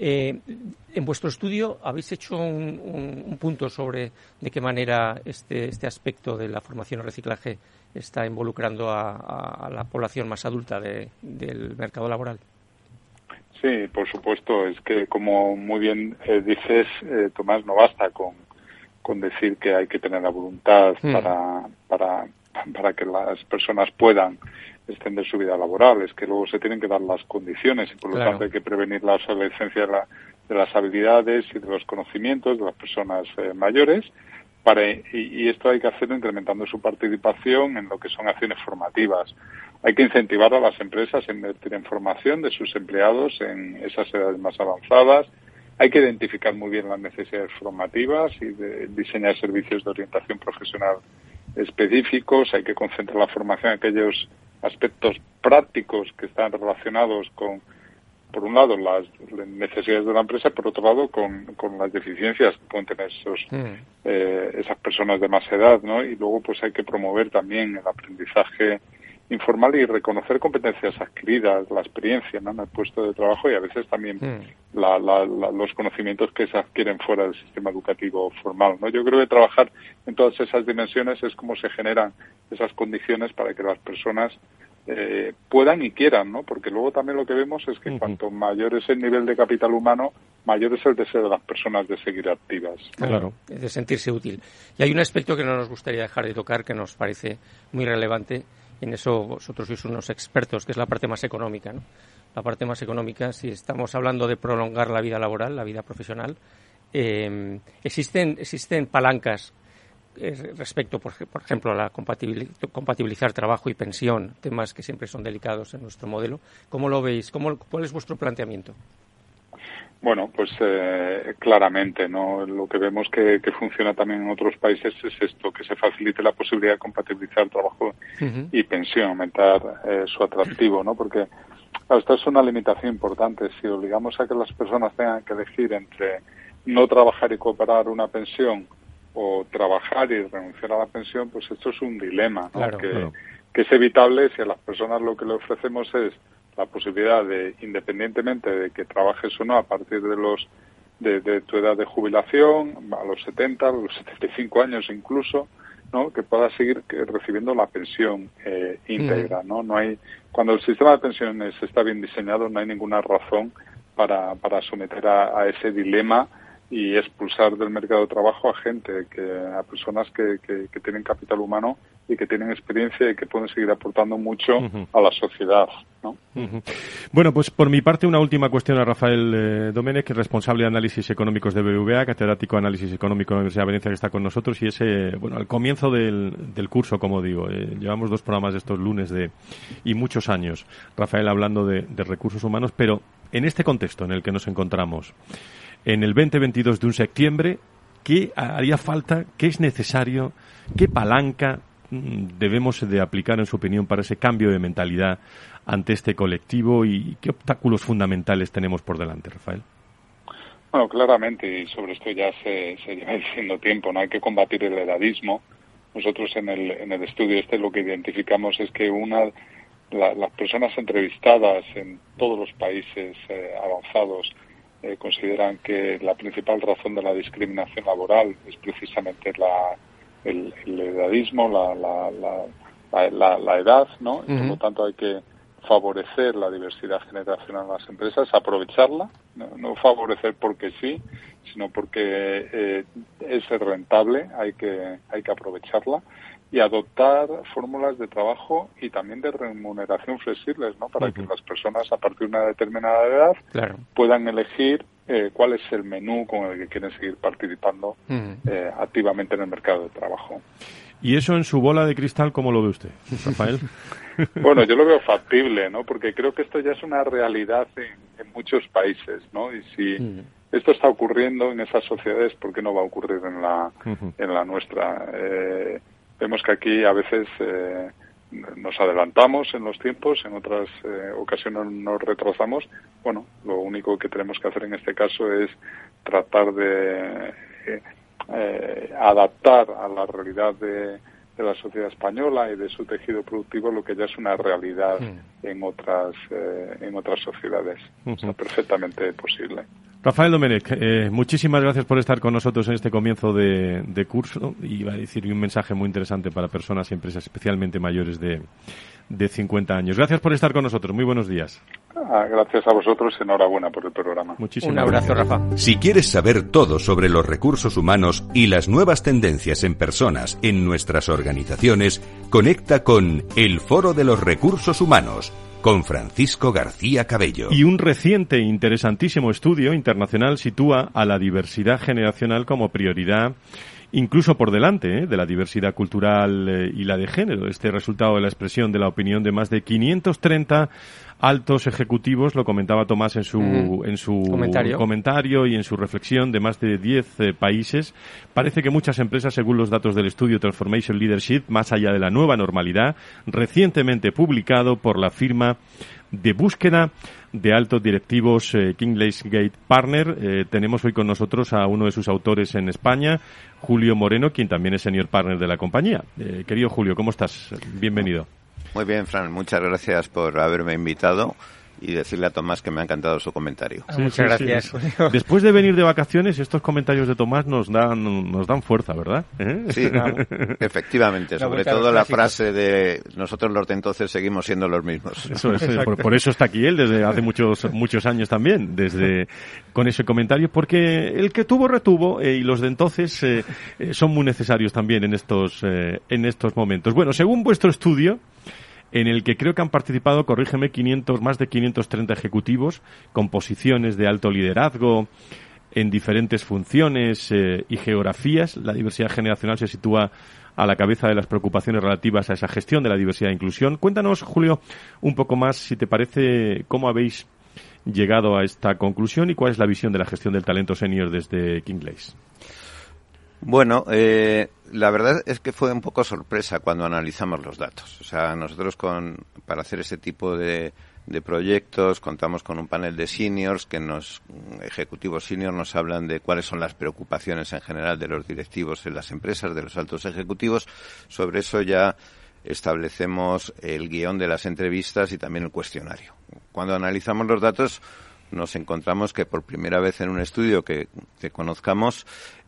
En vuestro estudio habéis hecho un punto sobre de qué manera este aspecto de la formación y reciclaje está involucrando a la población más adulta del mercado laboral. Sí, por supuesto. Es que, como muy bien dices, Tomás, no basta con decir que hay que tener la voluntad para que las personas puedan extender su vida laboral. Es que luego se tienen que dar las condiciones y, por lo tanto, hay que prevenir la obsolescencia de las habilidades y de los conocimientos de las personas mayores. Y esto hay que hacerlo incrementando su participación en lo que son acciones formativas. Hay que incentivar a las empresas a invertir en formación de sus empleados en esas edades más avanzadas. Hay que identificar muy bien las necesidades formativas y diseñar servicios de orientación profesional específicos. Hay que concentrar la formación en aquellos aspectos prácticos que están relacionados con, por un lado, las necesidades de la empresa, por otro lado, con las deficiencias que pueden tener esas personas de más edad, ¿no? Y luego, pues hay que promover también el aprendizaje informal y reconocer competencias adquiridas, la experiencia, ¿no? En el puesto de trabajo, y a veces también los conocimientos que se adquieren fuera del sistema educativo formal, ¿no? Yo creo que trabajar en todas esas dimensiones es como se generan esas condiciones para que las personas puedan y quieran, ¿no? Porque luego también lo que vemos es que cuanto mayor es el nivel de capital humano, mayor es el deseo de las personas de seguir activas, ¿no? Claro, de sentirse útil. Y hay un aspecto que no nos gustaría dejar de tocar, que nos parece muy relevante. En eso vosotros sois unos expertos, que es la parte más económica, ¿no? La parte más económica, si estamos hablando de prolongar la vida laboral, la vida profesional, existen palancas respecto, por ejemplo, a la compatibilizar trabajo y pensión, temas que siempre son delicados en nuestro modelo. ¿Cómo lo veis? ¿Cuál es vuestro planteamiento? Bueno, pues claramente, ¿no? Lo que vemos que funciona también en otros países es esto, que se facilite la posibilidad de compatibilizar trabajo y pensión, aumentar su atractivo, ¿no? Porque esta es una limitación importante. Si obligamos a que las personas tengan que elegir entre no trabajar y cooperar una pensión o trabajar y renunciar a la pensión, pues esto es un dilema, ¿no? Claro. Que es evitable si a las personas lo que le ofrecemos es la posibilidad de, independientemente de que trabajes o no, a partir de tu edad de jubilación, a los 70, a los 75 años incluso, ¿no? Que puedas seguir recibiendo la pensión íntegra, ¿no? Cuando el sistema de pensiones está bien diseñado, no hay ninguna razón para someter a ese dilema y expulsar del mercado de trabajo a personas que tienen capital humano y que tienen experiencia y que pueden seguir aportando mucho a la sociedad, ¿no? Bueno, pues por mi parte una última cuestión a Rafael Domènech, responsable de análisis económicos de BBVA, catedrático de análisis económico de la Universidad de Valencia, que está con nosotros, y al comienzo del curso, como digo, llevamos 2 programas de estos lunes y muchos años, Rafael, hablando de recursos humanos, pero en este contexto en el que nos encontramos, en el 2022 de un septiembre, ¿qué haría falta, qué es necesario, qué palanca debemos de aplicar, en su opinión, para ese cambio de mentalidad ante este colectivo y qué obstáculos fundamentales tenemos por delante, Rafael? Bueno, claramente, y sobre esto ya se lleva diciendo tiempo, no hay que combatir el edadismo. Nosotros en el estudio lo que identificamos es que las personas entrevistadas en todos los países avanzados consideran que la principal razón de la discriminación laboral es precisamente el edadismo, la edad, ¿no? Y por lo tanto hay que favorecer la diversidad generacional en las empresas, aprovecharla, no favorecer porque sí, sino porque es rentable, hay que aprovecharla y adoptar fórmulas de trabajo y también de remuneración flexibles, ¿no? Para que las personas a partir de una determinada edad puedan elegir cuál es el menú con el que quieren seguir participando activamente en el mercado de trabajo. ¿Y eso en su bola de cristal cómo lo ve usted, Rafael? Bueno, yo lo veo factible, ¿no? Porque creo que esto ya es una realidad en muchos países, ¿no? Y si esto está ocurriendo en esas sociedades, ¿por qué no va a ocurrir en la nuestra? Vemos que aquí a veces nos adelantamos en los tiempos, en otras ocasiones nos retrasamos. Bueno, lo único que tenemos que hacer en este caso es tratar de adaptar a la realidad de la sociedad española y de su tejido productivo lo que ya es una realidad en otras sociedades. Está perfectamente posible. Rafael Domènech, muchísimas gracias por estar con nosotros en este comienzo de curso. Iba a decir un mensaje muy interesante para personas y empresas especialmente mayores de 50 años. Gracias por estar con nosotros. Muy buenos días. Gracias a vosotros y enhorabuena por el programa. Muchísimas Un abrazo, gracias. Rafa. Si quieres saber todo sobre los recursos humanos y las nuevas tendencias en personas en nuestras organizaciones, conecta con el Foro de los Recursos Humanos con Francisco García Cabello. Y un reciente e interesantísimo estudio internacional sitúa a la diversidad generacional como prioridad, incluso por delante de la diversidad cultural y la de género. Este resultado de la expresión de la opinión de más de 530 altos ejecutivos, lo comentaba Tomás en su comentario y en su reflexión, de más de 10 países. Parece que muchas empresas, según los datos del estudio Transformation Leadership, más allá de la nueva normalidad, recientemente publicado por la firma de búsqueda de altos directivos Kingley-Gate Partner. Tenemos hoy con nosotros a uno de sus autores en España, Julio Moreno, quien también es senior partner de la compañía. Querido Julio, ¿cómo estás? Bienvenido. Muy bien, Fran, muchas gracias por haberme invitado y decirle a Tomás que me ha encantado su comentario. Muchas gracias. Sí. Después de venir de vacaciones, estos comentarios de Tomás nos dan fuerza, ¿verdad? Sí, efectivamente. Sobre todo la frase de nosotros los de entonces seguimos siendo los mismos. Eso es, por eso está aquí él desde hace muchos años también, con ese comentario, porque el que tuvo retuvo y los de entonces son muy necesarios también en estos momentos. Bueno, según vuestro estudio, en el que creo que han participado, corrígeme, más de 530 ejecutivos con posiciones de alto liderazgo en diferentes funciones y geografías. La diversidad generacional se sitúa a la cabeza de las preocupaciones relativas a esa gestión de la diversidad e inclusión. Cuéntanos, Julio, un poco más, si te parece, cómo habéis llegado a esta conclusión y cuál es la visión de la gestión del talento senior desde Kingley. Bueno, la verdad es que fue un poco sorpresa cuando analizamos los datos. O sea, nosotros para hacer ese tipo de proyectos contamos con un panel de seniors ejecutivos seniors nos hablan de cuáles son las preocupaciones en general de los directivos en las empresas, de los altos ejecutivos. Sobre eso ya establecemos el guión de las entrevistas y también el cuestionario. Cuando analizamos los datos nos encontramos que por primera vez en un estudio que conozcamos,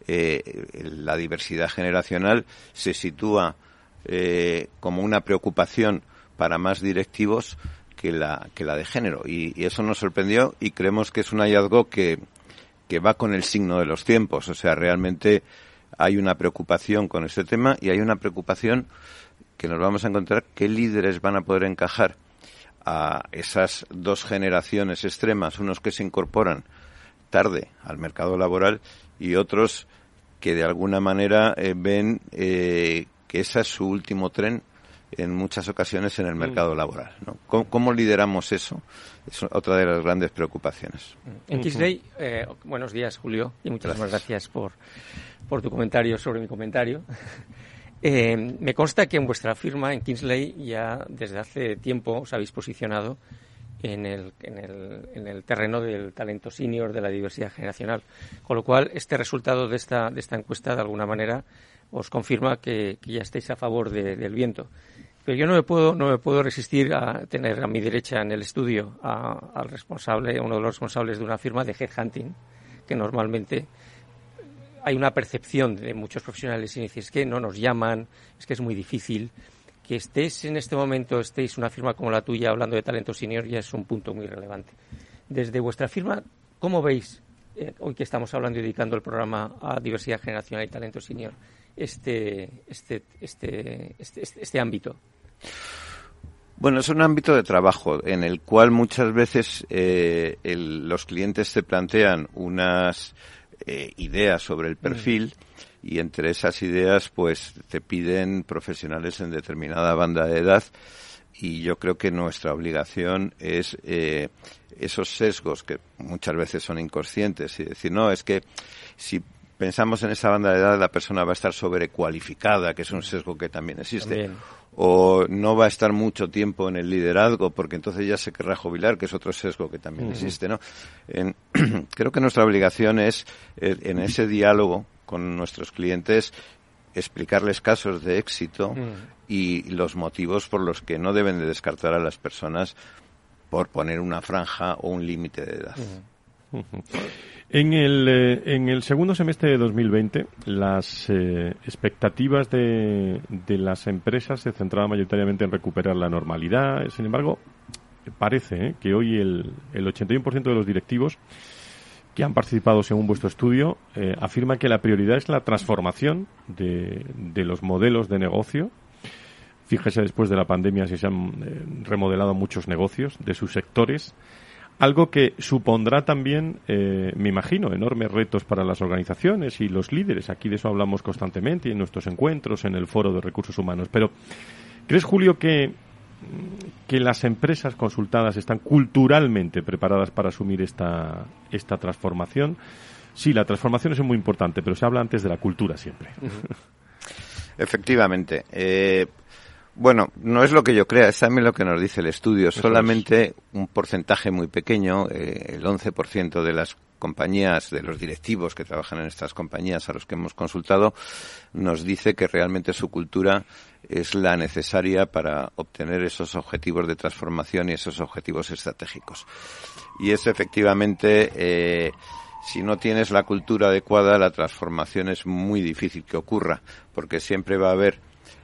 la diversidad generacional se sitúa como una preocupación para más directivos que la de género. Y eso nos sorprendió y creemos que es un hallazgo que que va con el signo de los tiempos. O sea, realmente hay una preocupación con este tema y hay una preocupación que nos vamos a encontrar qué líderes van a poder encajar a esas dos generaciones extremas, unos que se incorporan tarde al mercado laboral y otros que de alguna manera ven que ese es su último tren en muchas ocasiones en el mercado laboral, ¿no? ¿Cómo lideramos eso? Es otra de las grandes preocupaciones. En Kingsley, buenos días, Julio, y muchas gracias por tu comentario sobre mi comentario. Me consta que en vuestra firma, en Kingsley, ya desde hace tiempo os habéis posicionado en el terreno del talento senior, de la diversidad generacional. Con lo cual, este resultado de esta encuesta, de alguna manera, os confirma que ya estáis a favor del viento. Pero yo no me puedo resistir a tener a mi derecha en el estudio al responsable, uno de los responsables de una firma de headhunting, que normalmente hay una percepción de muchos profesionales y dicen, es que no nos llaman, es que es muy difícil. Que estéis en este momento, estéis una firma como la tuya hablando de talento senior ya es un punto muy relevante. Desde vuestra firma, ¿cómo veis, hoy que estamos hablando y dedicando el programa a diversidad generacional y talento senior, este ámbito? Bueno, es un ámbito de trabajo en el cual muchas veces los clientes te plantean unas ideas sobre el perfil y entre esas ideas pues te piden profesionales en determinada banda de edad y yo creo que nuestra obligación es esos sesgos que muchas veces son inconscientes y decir, no, es que si pensamos en esa banda de edad la persona va a estar sobrecualificada, que es un sesgo que también existe. O no va a estar mucho tiempo en el liderazgo porque entonces ya se querrá jubilar, que es otro sesgo que también existe, ¿no? Creo que nuestra obligación es, en ese diálogo con nuestros clientes, explicarles casos de éxito y los motivos por los que no deben de descartar a las personas por poner una franja o un límite de edad. En el segundo semestre de 2020, las expectativas de las empresas se centraban mayoritariamente en recuperar la normalidad. Sin embargo, parece que hoy el 81% de los directivos que han participado según vuestro estudio afirman que la prioridad es la transformación de los modelos de negocio. Fíjese, después de la pandemia si se han remodelado muchos negocios de sus sectores. Algo que supondrá también, me imagino, enormes retos para las organizaciones y los líderes. Aquí de eso hablamos constantemente en nuestros encuentros, en el Foro de Recursos Humanos. Pero, ¿crees, Julio, que las empresas consultadas están culturalmente preparadas para asumir esta transformación? Sí, la transformación es muy importante, pero se habla antes de la cultura siempre. Efectivamente. Bueno, no es lo que yo crea, es también lo que nos dice el estudio. Solamente un porcentaje muy pequeño, el 11% de las compañías, de los directivos que trabajan en estas compañías a los que hemos consultado, nos dice que realmente su cultura es la necesaria para obtener esos objetivos de transformación y esos objetivos estratégicos. Y es efectivamente, si no tienes la cultura adecuada, la transformación es muy difícil que ocurra, porque siempre va a haber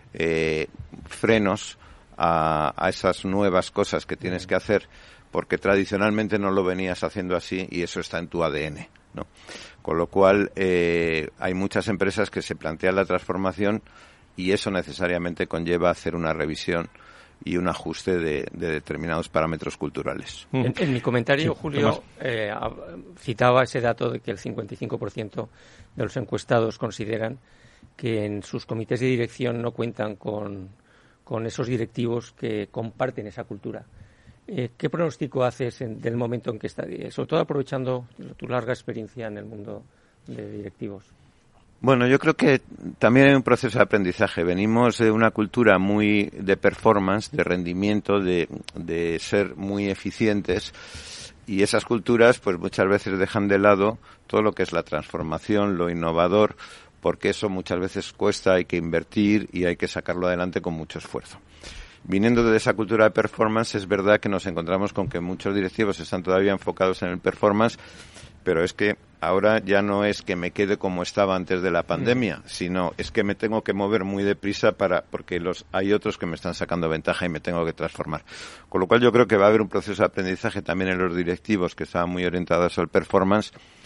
frenos a esas nuevas cosas que tienes que hacer porque tradicionalmente no lo venías haciendo así y eso está en tu ADN, ¿no? Con lo cual hay muchas empresas que se plantean la transformación y eso necesariamente conlleva hacer una revisión y un ajuste de determinados parámetros culturales. En mi comentario, sí, Julio, citaba ese dato de que el 55% de los encuestados consideran que en sus comités de dirección no cuentan con esos directivos que comparten esa cultura. ¿Qué pronóstico haces del momento en que está, sobre todo aprovechando tu larga experiencia en el mundo de directivos? Bueno, yo creo que también hay un proceso de aprendizaje. Venimos de una cultura muy de performance, de rendimiento, de ser muy eficientes y esas culturas pues muchas veces dejan de lado todo lo que es la transformación, lo innovador, porque eso muchas veces cuesta, hay que invertir y hay que sacarlo adelante con mucho esfuerzo. Viniendo de esa cultura de performance, es verdad que nos encontramos con que muchos directivos están todavía enfocados en el performance, pero es que ahora ya no es que me quede como estaba antes de la pandemia, sino es que me tengo que mover muy deprisa porque hay otros que me están sacando ventaja y me tengo que transformar. Con lo cual yo creo que va a haber un proceso de aprendizaje también en los directivos que estaban muy orientados al performance,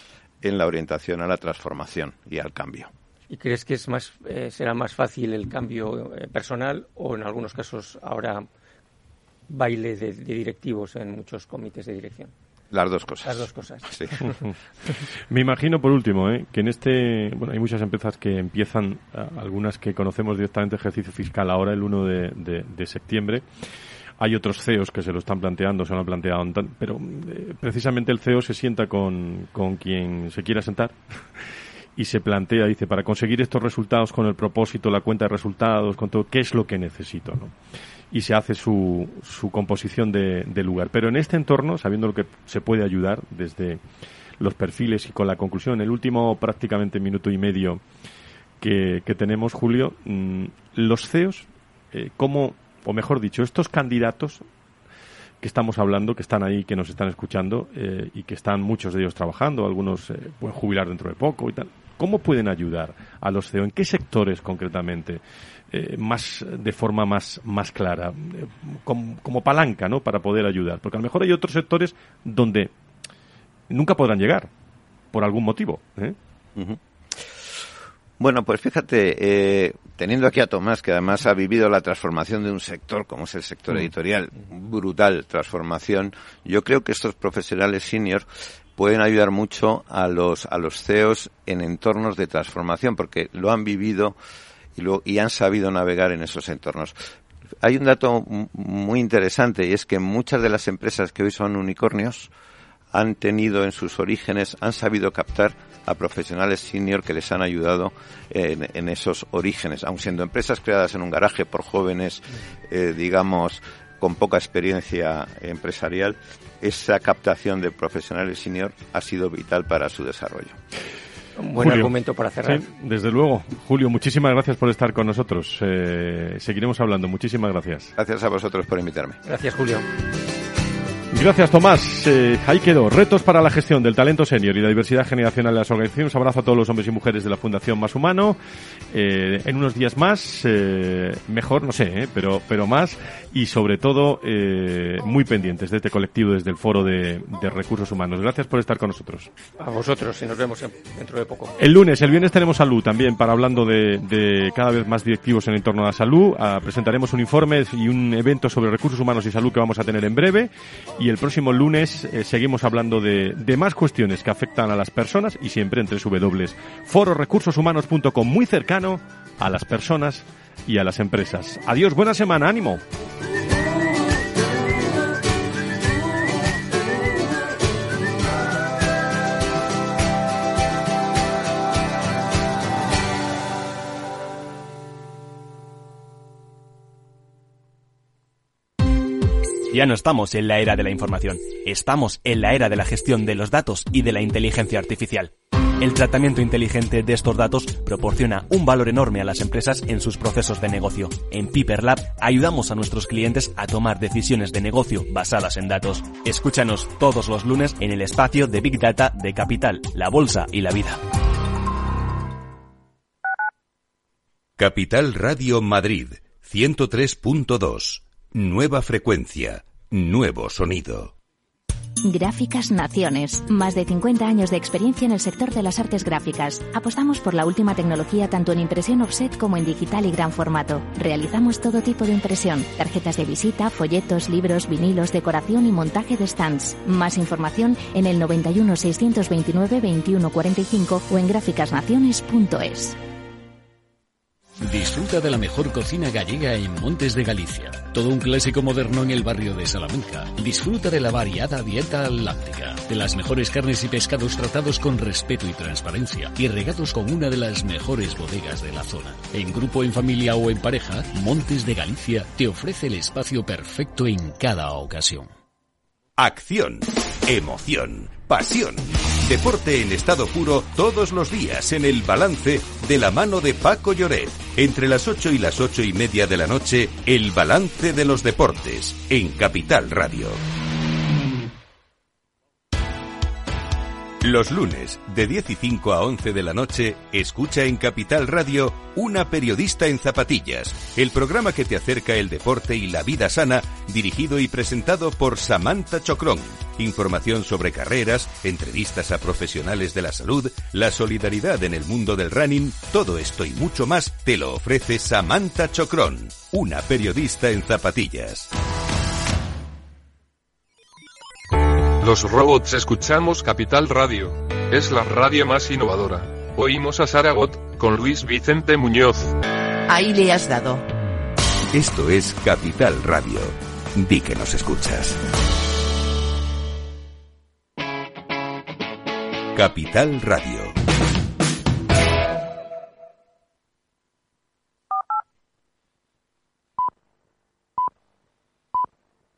en la orientación a la transformación y al cambio. ¿Y crees que será más fácil el cambio personal o en algunos casos ahora baile de directivos en muchos comités de dirección? Las dos cosas. Las dos cosas. Sí. Me imagino, por último, que en hay muchas empresas que empiezan, algunas que conocemos directamente ejercicio fiscal ahora el 1 de septiembre. Hay otros CEOs que se lo están planteando, se lo han planteado, pero precisamente el CEO se sienta con quien se quiera sentar y se plantea, dice, para conseguir estos resultados con el propósito, la cuenta de resultados, con todo, ¿qué es lo que necesito?, ¿no? Y se hace su composición de lugar. Pero en este entorno, sabiendo lo que se puede ayudar desde los perfiles y con la conclusión, en el último prácticamente minuto y medio que tenemos, Julio, los CEOs, o mejor dicho, estos candidatos que estamos hablando, que están ahí, que nos están escuchando y que están muchos de ellos trabajando, algunos pueden jubilar dentro de poco y tal, ¿cómo pueden ayudar a los CEO? ¿En qué sectores concretamente? De forma más clara, como palanca, ¿no?, para poder ayudar, porque a lo mejor hay otros sectores donde nunca podrán llegar por algún motivo. Uh-huh. Bueno, pues fíjate, teniendo aquí a Tomás, que además ha vivido la transformación de un sector como es el sector editorial, brutal transformación, yo creo que estos profesionales senior pueden ayudar mucho a los CEOs en entornos de transformación, porque lo han vivido y han sabido navegar en esos entornos. Hay un dato muy interesante, y es que muchas de las empresas que hoy son unicornios han tenido en sus orígenes, han sabido captar a profesionales senior que les han ayudado en esos orígenes, aun siendo empresas creadas en un garaje por jóvenes, digamos, con poca experiencia empresarial. Esa captación de profesionales senior ha sido vital para su desarrollo. Un buen argumento para cerrar. Sí, desde luego. Julio, muchísimas gracias por estar con nosotros. Seguiremos hablando. Muchísimas gracias. Gracias a vosotros por invitarme. Gracias, Julio. Gracias, Tomás. Ahí quedó. Retos para la gestión del talento senior y la diversidad generacional de las organizaciones. Un abrazo a todos los hombres y mujeres de la Fundación Más Humano. En unos días más, mejor, no sé, pero más, y sobre todo muy pendientes de este colectivo desde el Foro de Recursos Humanos. Gracias por estar con nosotros. A vosotros, y nos vemos dentro de poco. El viernes tenemos salud también, para hablando de cada vez más directivos en el entorno de la salud. Presentaremos un informe y un evento sobre recursos humanos y salud que vamos a tener en breve. Y el próximo lunes seguimos hablando de más cuestiones que afectan a las personas, y siempre en www.fororecursoshumanos.com, muy cercano a las personas y a las empresas. Adiós, buena semana, ánimo. Ya no estamos en la era de la información, estamos en la era de la gestión de los datos y de la inteligencia artificial. El tratamiento inteligente de estos datos proporciona un valor enorme a las empresas en sus procesos de negocio. En Piper Lab ayudamos a nuestros clientes a tomar decisiones de negocio basadas en datos. Escúchanos todos los lunes en el espacio de Big Data de Capital, la Bolsa y la Vida. Capital Radio Madrid, 103.2. Nueva frecuencia, nuevo sonido. Gráficas Naciones. Más de 50 años de experiencia en el sector de las artes gráficas. Apostamos por la última tecnología tanto en impresión offset como en digital y gran formato. Realizamos todo tipo de impresión. Tarjetas de visita, folletos, libros, vinilos, decoración y montaje de stands. Más información en el 91 629 2145 o en gráficasnaciones.es. Disfruta de la mejor cocina gallega en Montes de Galicia. Todo un clásico moderno en el barrio de Salamanca. Disfruta de la variada dieta láctica, de las mejores carnes y pescados tratados con respeto y transparencia y regados con una de las mejores bodegas de la zona. En grupo, en familia o en pareja, Montes de Galicia te ofrece el espacio perfecto en cada ocasión. Acción, emoción, pasión. Deporte en estado puro todos los días en El Balance, de la mano de Paco Lloret. Entre las 8 y las 8:30 de la noche, El Balance de los Deportes, en Capital Radio. Los lunes, de 10:05 a 11 de la noche, escucha en Capital Radio Una periodista en zapatillas, el programa que te acerca el deporte y la vida sana, dirigido y presentado por Samantha Chocrón. Información sobre carreras, entrevistas a profesionales de la salud, la solidaridad en el mundo del running, todo esto y mucho más te lo ofrece Samantha Chocrón, una periodista en zapatillas. Los robots escuchamos Capital Radio. Es la radio más innovadora. Oímos a Saragot, con Luis Vicente Muñoz. Ahí le has dado. Esto es Capital Radio. Di que nos escuchas. Capital Radio.